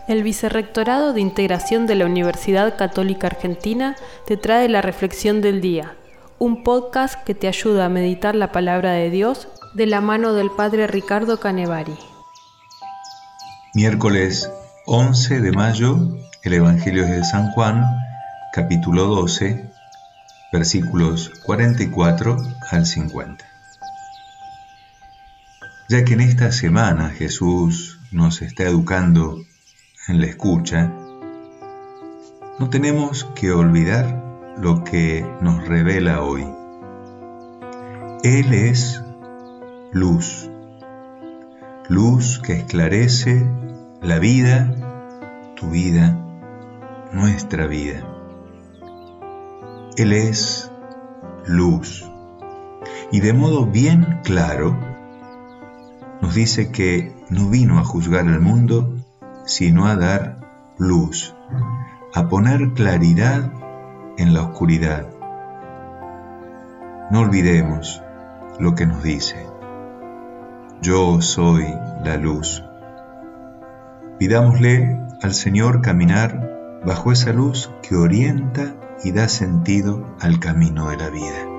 El Vicerrectorado de Integración de la Universidad Católica Argentina te trae la Reflexión del Día, un podcast que te ayuda a meditar la palabra de Dios de la mano del Padre Ricardo Canevari. Miércoles 11 de mayo, el Evangelio es de San Juan, capítulo 12, versículos 44 al 50. Ya que en esta semana Jesús nos está educando en la escucha, no tenemos que olvidar lo que nos revela hoy. Él es luz, luz que esclarece la vida, tu vida, nuestra vida. Él es luz y de modo bien claro nos dice que no vino a juzgar al mundo, sino a dar luz, a poner claridad en la oscuridad. No olvidemos lo que nos dice: yo soy la luz. Pidámosle al Señor caminar bajo esa luz que orienta y da sentido al camino de la vida.